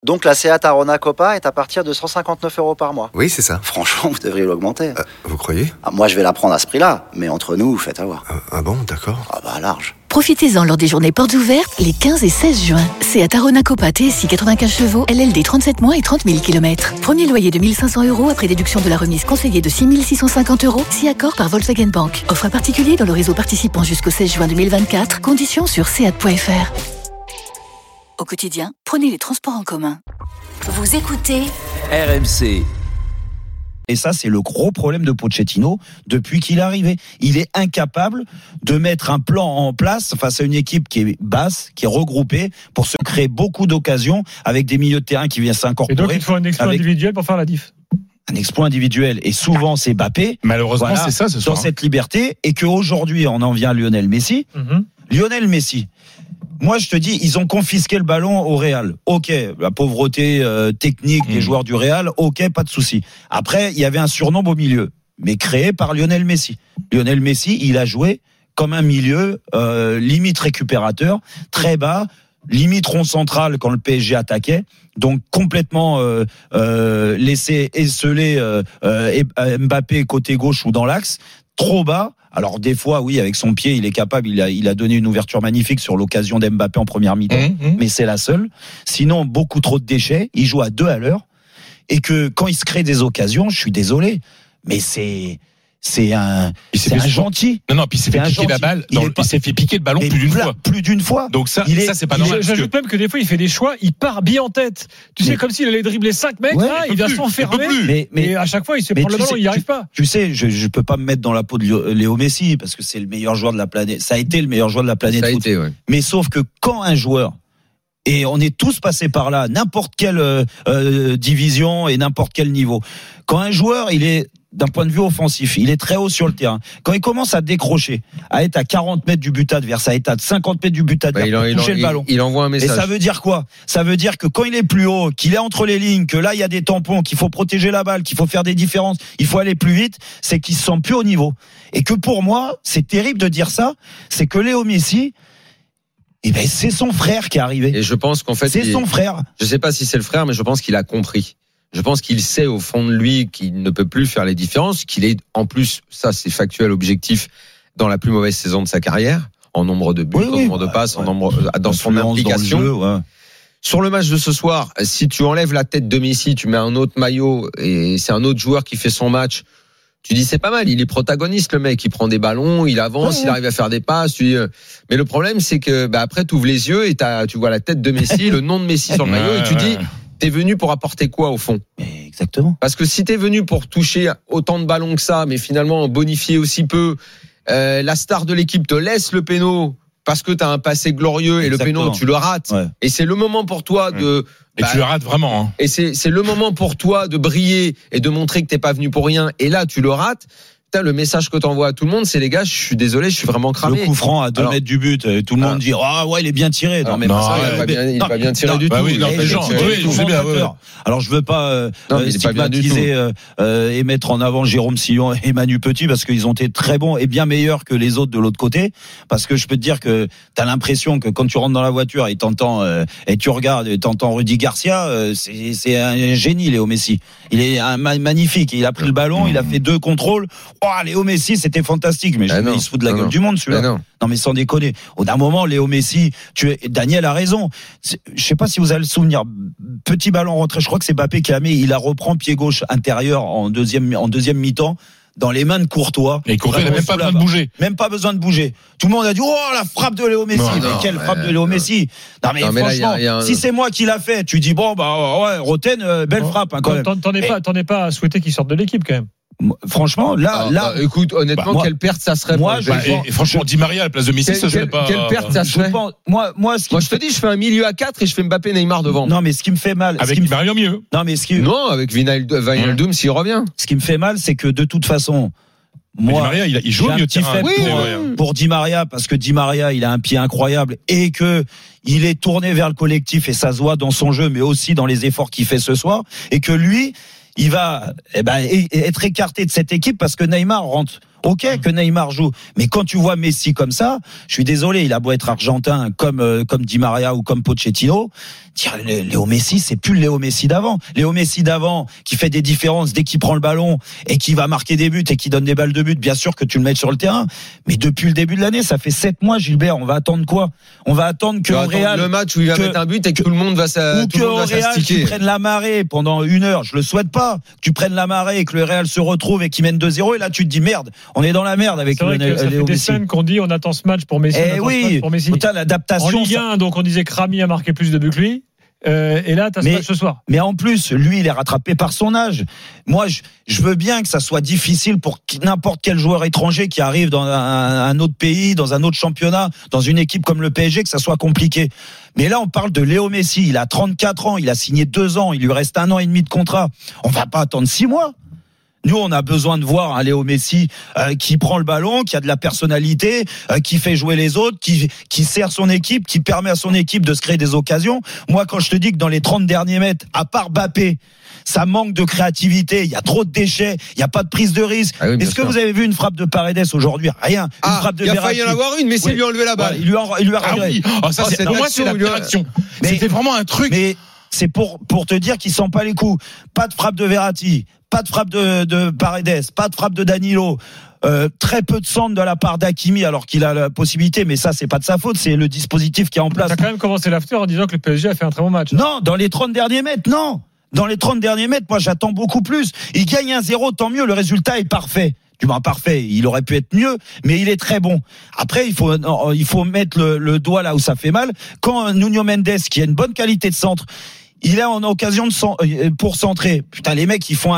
Donc la Seat Arona Copa est à partir de 159 € par mois. Oui, c'est ça. Franchement, vous devriez l'augmenter. Vous croyez ? Moi, je vais la prendre à ce prix-là, mais entre nous, faites avoir. Ah bon, d'accord. Ah bah large. Profitez-en lors des journées portes ouvertes les 15 et 16 juin. Seat Arona Copa TSI 95 chevaux, LLD 37 mois et 30 000 km. Premier loyer de 1 500 € après déduction de la remise conseillée de 6 650 €, si accord par Volkswagen Bank. Offre à particulier dans le réseau participant jusqu'au 16 juin 2024. Conditions sur seat.fr. Au quotidien, prenez les transports en commun. Vous écoutez RMC. Et ça, c'est le gros problème de Pochettino depuis qu'il est arrivé. Il est incapable de mettre un plan en place face à une équipe qui est basse, qui est regroupée, pour se créer beaucoup d'occasions avec des milieux de terrain qui viennent s'incorporer. Et donc, il faut un exploit individuel pour faire la diff. Un exploit individuel. Et souvent, c'est Mbappé. Malheureusement, voilà, c'est ça ce soir. Dans cette liberté. Et qu'aujourd'hui, on en vient à Lionel Messi. Lionel Messi. Moi, je te dis, ils ont confisqué le ballon au Real. Ok, la pauvreté technique des joueurs du Real, ok, pas de souci. Après, il y avait un surnombre au milieu, mais créé par Lionel Messi. Lionel Messi, il a joué comme un milieu limite récupérateur, très bas, limite rond central quand le PSG attaquait, donc complètement laissé esseler Mbappé côté gauche ou dans l'axe, trop bas. Alors des fois, oui, avec son pied, il est capable. Il a donné une ouverture magnifique sur l'occasion d'Mbappé en première mi-temps, mais c'est la seule. Sinon, beaucoup trop de déchets. Il joue à 2 à l'heure, et que quand il se crée des occasions, je suis désolé, mais c'est un gentil. Non, puis il s'est fait piquer la balle. Il s'est fait piquer le ballon plus d'une fois. Donc ça, c'est pas normal. J'ajoute même que des fois, il fait des choix, il part bien en tête. Tu sais, comme s'il allait dribbler 5 mecs, là, il vient s'enfermer. Mais à chaque fois, il se prend le ballon, il n'y arrive pas. Tu sais, je peux pas me mettre dans la peau de Léo Messi, parce que c'est le meilleur joueur de la planète. Ça a été le meilleur joueur de la planète. Mais sauf que quand un joueur, et on est tous passés par là, n'importe quelle division et n'importe quel niveau, quand un joueur, il est d'un point de vue offensif, il est très haut sur le terrain. Quand il commence à décrocher, à être à 40 mètres du but adverse, à être à 50 mètres du but adverse, pour toucher le ballon. Il envoie un message. Et ça veut dire quoi ? Ça veut dire que quand il est plus haut, qu'il est entre les lignes, que là il y a des tampons, qu'il faut protéger la balle, qu'il faut faire des différences, il faut aller plus vite, c'est qu'il se sent plus au niveau. Et que pour moi, c'est terrible de dire ça, c'est que Léo Messi, c'est son frère qui est arrivé. Et je pense qu'en fait, c'est son frère. Je sais pas si c'est le frère, mais je pense qu'il a compris. Je pense qu'il sait au fond de lui qu'il ne peut plus faire les différences, qu'il est en plus, ça c'est factuel, objectif, dans la plus mauvaise saison de sa carrière, en nombre de buts, en nombre de passes, en nombre, dans son implication. Dans le jeu, Sur le match de ce soir, si tu enlèves la tête de Messi, tu mets un autre maillot et c'est un autre joueur qui fait son match, tu dis c'est pas mal, il est protagoniste le mec, il prend des ballons, il avance, il arrive à faire des passes. Mais le problème c'est que après tu ouvres les yeux et tu vois la tête de Messi, le nom de Messi sur le maillot et tu dis t'es venu pour apporter quoi au fond ? Exactement. Parce que si t'es venu pour toucher autant de ballons que ça, mais finalement bonifier aussi peu, la star de l'équipe te laisse le péno parce que t'as un passé glorieux et le péno tu le rates. Et c'est le moment pour toi de... Et tu le rates vraiment. Hein. Et c'est le moment pour toi de briller et de montrer que t'es pas venu pour rien. Et là, tu le rates. Le message que t'envoies à tout le monde, c'est les gars, je suis désolé, je suis vraiment cramé. Le coup franc à 2 mètres du but, tout le monde dit il est bien tiré. Non, il est pas bien tiré du tout. Alors je veux pas stigmatiser et mettre en avant Jérôme Sillon et Manu Petit parce qu'ils ont été très bons et bien meilleurs que les autres de l'autre côté. Parce que je peux te dire que t'as l'impression que quand tu rentres dans la voiture et t'entends et tu regardes et t'entends Rudy Garcia, c'est un génie Léo Messi. Il est magnifique. Il a pris le ballon, il a fait 2 contrôles. Léo Messi, c'était fantastique, mais il se fout de la gueule du monde, celui-là. Non, mais sans déconner. Au d'un moment, Léo Messi, Daniel a raison. Je sais pas si vous avez le souvenir. Petit ballon rentré, je crois que c'est Mbappé qui l'a mis. Il la reprend pied gauche intérieur en deuxième mi-temps. Dans les mains de Courtois. Et Courtois, il n'a même pas besoin de bouger. Même pas besoin de bouger. Tout le monde a dit, la frappe de Léo Messi. Quelle frappe de Léo Messi. Non, mais franchement, si c'est moi qui l'a fait, tu dis, Roten, belle frappe, quand même. T'en es pas à souhaiter qu'il sorte de l'équipe, quand même. Franchement, là, écoute, honnêtement, quelle perte ça serait? Et franchement, Di Maria à la place de Messi, ça serait pas. Quelle perte ça serait? Moi, je te dis, je fais un milieu à 4 et je fais Mbappé, Neymar devant. Non, mais ce qui me fait mal. Avec Di Maria mieux. Non, avec Wijnaldum s'il revient. Ce qui me fait mal, c'est que de toute façon, moi, Di Maria, il joue mieux terrain. Pour Di Maria, parce que Di Maria, il a un pied incroyable et que il est tourné vers le collectif et ça se voit dans son jeu, mais aussi dans les efforts qu'il fait ce soir et que lui, il va être écarté de cette équipe parce que Neymar rentre Ok, que Neymar joue, mais quand tu vois Messi comme ça, je suis désolé, il a beau être argentin comme Di Maria ou comme Pochettino, dire Léo Messi, c'est plus le Léo Messi d'avant. Léo Messi d'avant qui fait des différences dès qu'il prend le ballon et qui va marquer des buts et qui donne des balles de but, bien sûr que tu le mets sur le terrain, mais depuis le début de l'année, ça fait 7 mois, Gilbert, on va attendre quoi? On va attendre que au Real le match où il va mettre un but et que tout le monde va s'astiquer. Ou que au Real tu prennes la marée pendant 1 heure, je le souhaite pas, que tu prennes la marée et que le Real se retrouve et qu'il mène 2-0 et là tu te dis merde, on est dans la merde avec Léo Messi. Ça fait des semaines qu'on dit on attend ce match pour Messi. Putain, l'adaptation. En Ligue 1, donc on disait que Rami a marqué plus de buts que lui. Et là, t'as ce match ce soir. Mais en plus, lui, il est rattrapé par son âge. Moi, je veux bien que ça soit difficile pour n'importe quel joueur étranger qui arrive dans un autre pays, dans un autre championnat, dans une équipe comme le PSG, que ça soit compliqué. Mais là, on parle de Léo Messi. Il a 34 ans, il a signé 2 ans, il lui reste 1 an et demi de contrat. On va pas attendre 6 mois. Nous, on a besoin de voir un Léo Messi qui prend le ballon, qui a de la personnalité, qui fait jouer les autres, qui sert son équipe, qui permet à son équipe de se créer des occasions. Moi, quand je te dis que dans les 30 derniers mètres, à part Mbappé, ça manque de créativité, il y a trop de déchets, il n'y a pas de prise de risque. Ah oui, est-ce que vous avez vu une frappe de Paredes aujourd'hui? Rien. Une frappe de Verratti. Il a failli y en avoir une, mais Messi lui a enlevé la balle. Il lui a retiré. Ça, pour moi, c'est la première action. C'était vraiment un truc. Mais c'est pour te dire qu'il sent pas les coups. Pas de frappe de Verratti, pas de frappe de Paredes, pas de frappe de Danilo. Très peu de centre de la part d'Hakimi alors qu'il a la possibilité, mais ça c'est pas de sa faute, c'est le dispositif qui est en place. T'as quand même commencé l'after en disant que le PSG a fait un très bon match. Non, dans les 30 derniers mètres, non. Dans les 30 derniers mètres, moi j'attends beaucoup plus. Il gagne 1-0, tant mieux, le résultat est parfait. Du moins parfait, il aurait pu être mieux, mais il est très bon. Après, il faut mettre le doigt là où ça fait mal. Quand Nuno Mendes, qui a une bonne qualité de centre, il est en occasion pour centrer. Putain, les mecs, ils font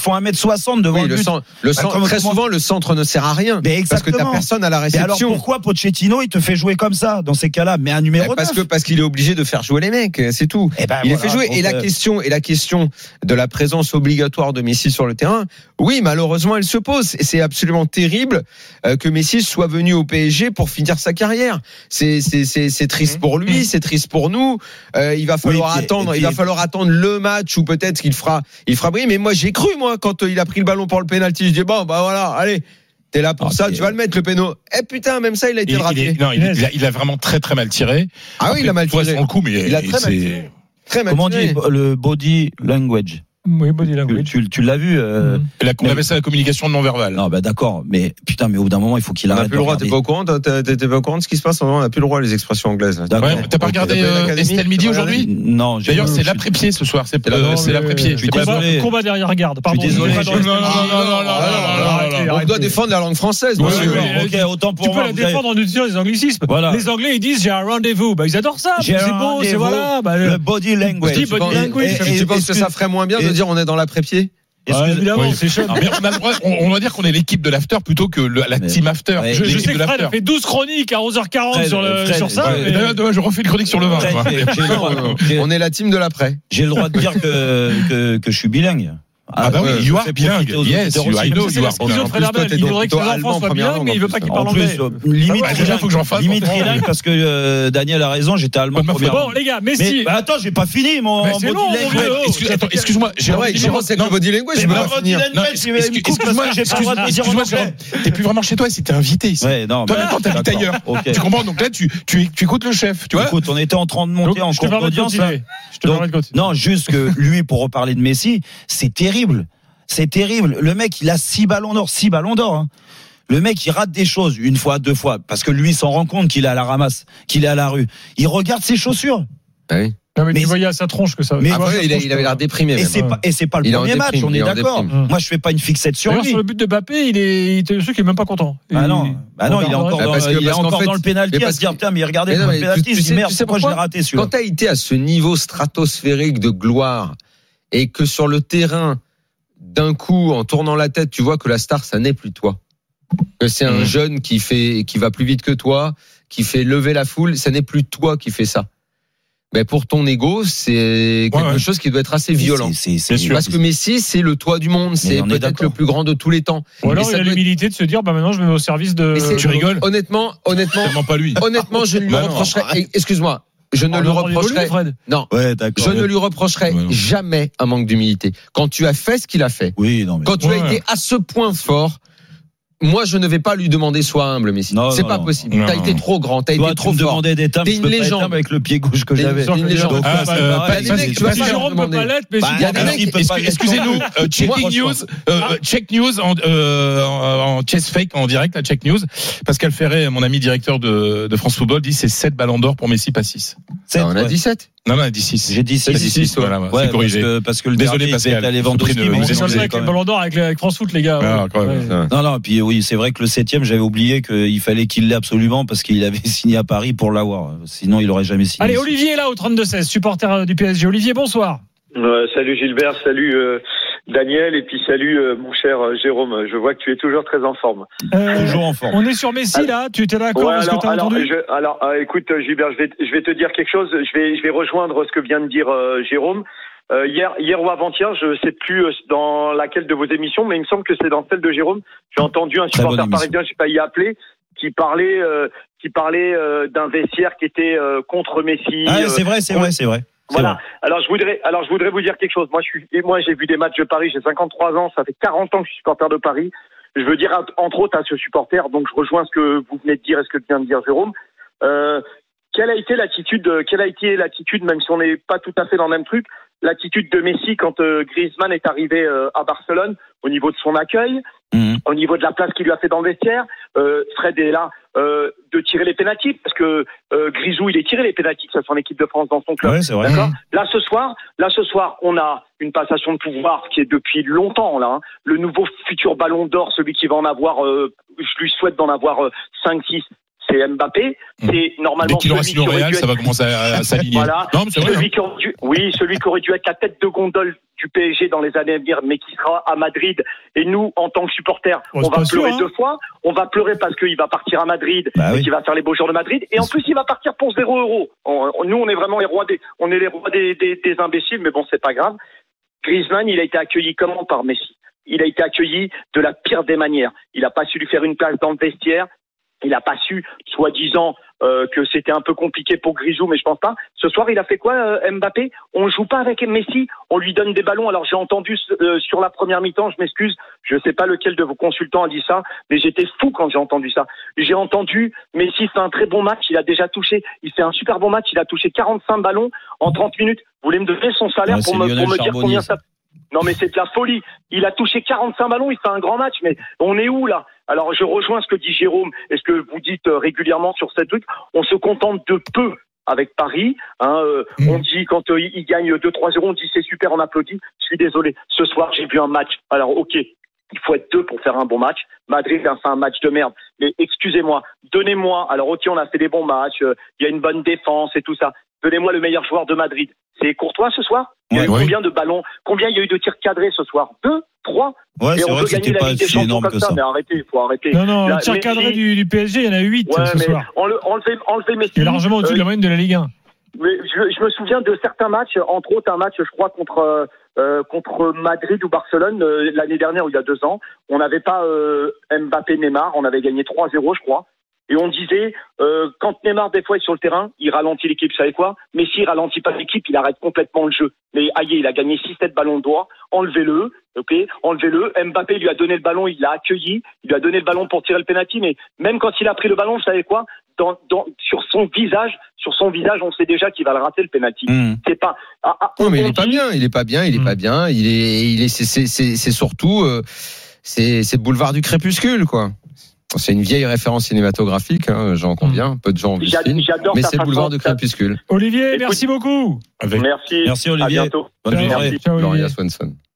1m60 devant le but. Très souvent, le centre ne sert à rien. Mais parce que t'as personne à la réception. Mais alors pourquoi Pochettino, il te fait jouer comme ça, dans ces cas-là? Mais un numéro 9. Parce qu'il est obligé de faire jouer les mecs, c'est tout. Il les fait jouer. Et la question de la présence obligatoire de Messi sur le terrain, oui, malheureusement, elle se pose. Et c'est absolument terrible que Messi soit venu au PSG pour finir sa carrière. C'est triste pour lui, c'est triste pour nous. Il va falloir attendre. Il va falloir attendre le match où peut-être qu'il fera briller. Mais moi, j'ai cru, quand il a pris le ballon pour le penalty, je dis bon, bah voilà, allez, t'es là pour ça, tu vas le mettre le péno. Eh putain, même ça, il a été raté. Il a vraiment très très mal tiré. Ah oui, il a mal tiré. Sur le coup, mais il a très mal tiré. Comment on dit le body language? Oui, body language. Tu l'as vu on avait ça, la communication non verbale. Non, bah d'accord, mais putain, mais au bout d'un moment, il faut qu'il arrête. On n'a plus le droit. T'es pas au courant? T'es pas au courant de ce qui se passe? On n'a plus le droit les expressions anglaises. Ouais, t'as pas regardé Estelle Midi aujourd'hui? Non. D'ailleurs, c'est l'après-pied ce soir. C'est l'après-pied. Combat derrière garde. Pardon. Je suis désolé. On doit défendre la langue française. Ok, autant pour moi. Tu peux la défendre en utilisant les anglicismes. Les Anglais, ils disent j'ai un rendez-vous. Bah ils adorent ça. C'est beau, c'est voilà. Le body language. Tu penses que ça ferait moins bien de dire on est dans l'après-pied? Évidemment, c'est chaud. On va dire qu'on est l'équipe de l'after plutôt que la team after. Je sais que Fred a fait 12 chroniques à 11h40 sur ça. Je refais une chronique sur le vin. On est la team de l'après. J'ai le droit de dire que je suis bilingue. Ah bah oui, you are bilingue. Yes, I know you are bilingue. Il faudrait que ses enfants soient bilingues, mais il veut pas qu'ils parlent anglais. Limite, déjà, faut que j'en fasse. Limite trilingue parce que Daniel a raison, j'étais allemand première. Bon, les gars, Messi. Mais attends, j'ai pas fini mon body language. Excuse-moi, j'ai le body language, je vais pas finir. Excuse-moi, t'es plus vraiment chez toi, si t'es invité ici. Toi, maintenant, t'habites ailleurs. Tu comprends? Donc là, tu écoutes le chef, tu vois? Écoute, on était en train de monter en cours d'audience. Non, juste que lui, pour reparler de Messi, c'est terrible. C'est terrible. Le mec, il a 6 ballons d'or. Hein. Le mec, il rate des choses 1 fois, 2 fois, parce que lui, il s'en rend compte qu'il est à la ramasse, qu'il est à la rue. Il regarde ses chaussures. Oui. Non, mais tu voyais à sa tronche que ça. Mais après, il avait l'air déprimé. Et c'est pas le premier match, on est d'accord. Moi, je fais pas une fixette sur lui. Sur le but de Mbappé, je sais qu'il est même pas content. Ah non, il est encore dans le pénalty à se dire putain, mais regardez le pénalty, je dis merde, pourquoi je l'ai raté celui-là. Quand t'as été à ce niveau stratosphérique de gloire et que sur le terrain, d'un coup, en tournant la tête, tu vois que la star, ça n'est plus toi. Que c'est un jeune qui va plus vite que toi, qui fait lever la foule, ça n'est plus toi qui fais ça. Mais pour ton ego, c'est quelque chose qui doit être assez violent. C'est parce que Messi, c'est le toit du monde, c'est peut-être le plus grand de tous les temps. Ou alors il a l'humilité de se dire, maintenant je me mets au service de. Tu rigoles? Honnêtement, tellement pas lui. Honnêtement, je ne lui reprocherai. Excuse-moi. Je ne lui reprocherai je ne lui reprocherai jamais un manque d'humilité. Quand tu as fait ce qu'il a fait, quand tu as été à ce point fort, moi, je ne vais pas lui demander sois humble, Messi. C'est pas possible. T'as été trop grand, t'as été trop fort. T'es une légende avec le pied gauche que j'avais. T'es une légende. Jérôme peut pas l'être, mais il y a des mecs. Excusez-nous, check news en chess fake en direct, la check news. Pascal Ferré, mon ami directeur de France Football, dit c'est 7 ballons d'or pour Messi, pas 6. On a dit 7. Non, on a dit 6. J'ai dit 6. Voilà, c'est corrigé. Parce que le désolé Pascal, à Lewandowski, c'est comme ça avec le ballon d'or avec France Foot, les gars. Non, puis oui, c'est vrai que le 7e, j'avais oublié qu'il fallait qu'il l'ait absolument parce qu'il avait signé à Paris pour l'avoir. Sinon, il aurait jamais signé. Allez, Olivier est là au 32-16, supporter du PSG. Olivier, bonsoir. Salut Gilbert, salut Daniel, et puis salut mon cher Jérôme. Je vois que tu es toujours très en forme. Toujours en forme. On est sur Messi là. Tu étais d'accord avec ce que tu as entendu? Écoute Gilbert, je vais te dire quelque chose. Je vais rejoindre ce que vient de dire Jérôme. Hier ou avant-hier, je sais plus dans laquelle de vos émissions, mais il me semble que c'est dans celle de Jérôme. J'ai entendu un supporter parisien, j'ai failli appeler, qui parlait d'un vestiaire qui était contre Messi. C'est vrai. Voilà. Alors je voudrais vous dire quelque chose. Moi j'ai vu des matchs de Paris. J'ai 53 ans. Ça fait 40 ans que je suis supporter de Paris. Je veux dire entre autres à ce supporter. Donc je rejoins ce que vous venez de dire et ce que vient de dire Jérôme. Quelle a été l'attitude, même si on n'est pas tout à fait dans le même truc, l'attitude de Messi quand Griezmann est arrivé à Barcelone, au niveau de son accueil, au niveau de la place qu'il lui a fait dans le vestiaire. Fred est là de tirer les pénaltys, parce que Grisou, il est tiré les pénaltys, ça c'est en équipe de France dans son club. Ouais, c'est vrai. D'accord. Là ce soir, on a une passation de pouvoir qui est depuis longtemps là. Le nouveau futur Ballon d'Or, celui qui va en avoir, je lui souhaite d'en avoir 5-6. C'est Mbappé. C'est normalement. Dès qu'il aura signé au Real, ça va commencer à s'aligner. Voilà. Non, mais c'est vrai. Celui qui aurait dû être la tête de gondole du PSG dans les années à venir, mais qui sera à Madrid. Et nous, en tant que supporters, on va pleurer 2 fois. On va pleurer parce qu'il va partir à Madrid, et qu'il va faire les beaux jours de Madrid. Et en plus, il va partir pour 0 €. Nous, on est vraiment les rois des imbéciles, mais bon, c'est pas grave. Griezmann, il a été accueilli comment par Messi? Il a été accueilli de la pire des manières. Il a pas su lui faire une place dans le vestiaire. Il n'a pas su, soi-disant, que c'était un peu compliqué pour Grisou, mais je pense pas. Ce soir, il a fait quoi, Mbappé? On joue pas avec Messi, on lui donne des ballons. Alors j'ai entendu sur la première mi-temps, je m'excuse, je sais pas lequel de vos consultants a dit ça, mais j'étais fou quand j'ai entendu ça. J'ai entendu Messi fait un très bon match, il fait un super bon match, il a touché 45 ballons en 30 minutes. Vous voulez me donner son salaire pour me dire combien ça... Non mais c'est de la folie. Il a touché 45 ballons, il fait un grand match, mais on est où là? Alors je rejoins ce que dit Jérôme et ce que vous dites régulièrement sur cette truc. On se contente de peu avec Paris. On dit quand il gagne 2-3-0, on dit c'est super, on applaudit. Je suis désolé. Ce soir j'ai vu un match. Alors ok, il faut être 2 pour faire un bon match. Madrid a fait un match de merde. Mais excusez-moi, donnez-moi. Alors ok, on a fait des bons matchs. Il y a une bonne défense et tout ça. Donnez-moi le meilleur joueur de Madrid. C'est Courtois ce soir? Il y a eu combien de ballons? Combien il y a eu de tirs cadrés ce soir? 2, 3? Ouais, c'est vrai que c'était pas si énorme que ça. Mais arrêtez, faut arrêter. Non, le tir cadré du PSG, il y en a 8 ce soir. Enlevez Messi. Il est largement au-dessus de la moyenne de la Ligue 1. Mais je me souviens de certains matchs, entre autres un match, je crois, contre Madrid ou Barcelone, l'année dernière ou il y a 2 ans. On n'avait pas Mbappé-Neymar, on avait gagné 3-0, je crois. Et on disait, quand Neymar, des fois, est sur le terrain, il ralentit l'équipe. Vous savez quoi? Messi, il ralentit pas l'équipe, il arrête complètement le jeu. Mais aïe, il a gagné 6-7 ballons d'or. Enlevez-le, ok? Enlevez-le. Mbappé lui a donné le ballon, il l'a accueilli. Il lui a donné le ballon pour tirer le penalty. Mais même quand il a pris le ballon, vous savez quoi? Sur son visage, on sait déjà qu'il va le rater, le penalty. C'est pas. Non, mais il est pas bien. C'est surtout, c'est boulevard du crépuscule, quoi. C'est une vieille référence cinématographique, j'en conviens. Peu de gens ont vu ce film, mais c'est le boulevard du crépuscule. Olivier, merci beaucoup. Merci Olivier. À bientôt. Bonne journée. Ciao, Gloria Swanson.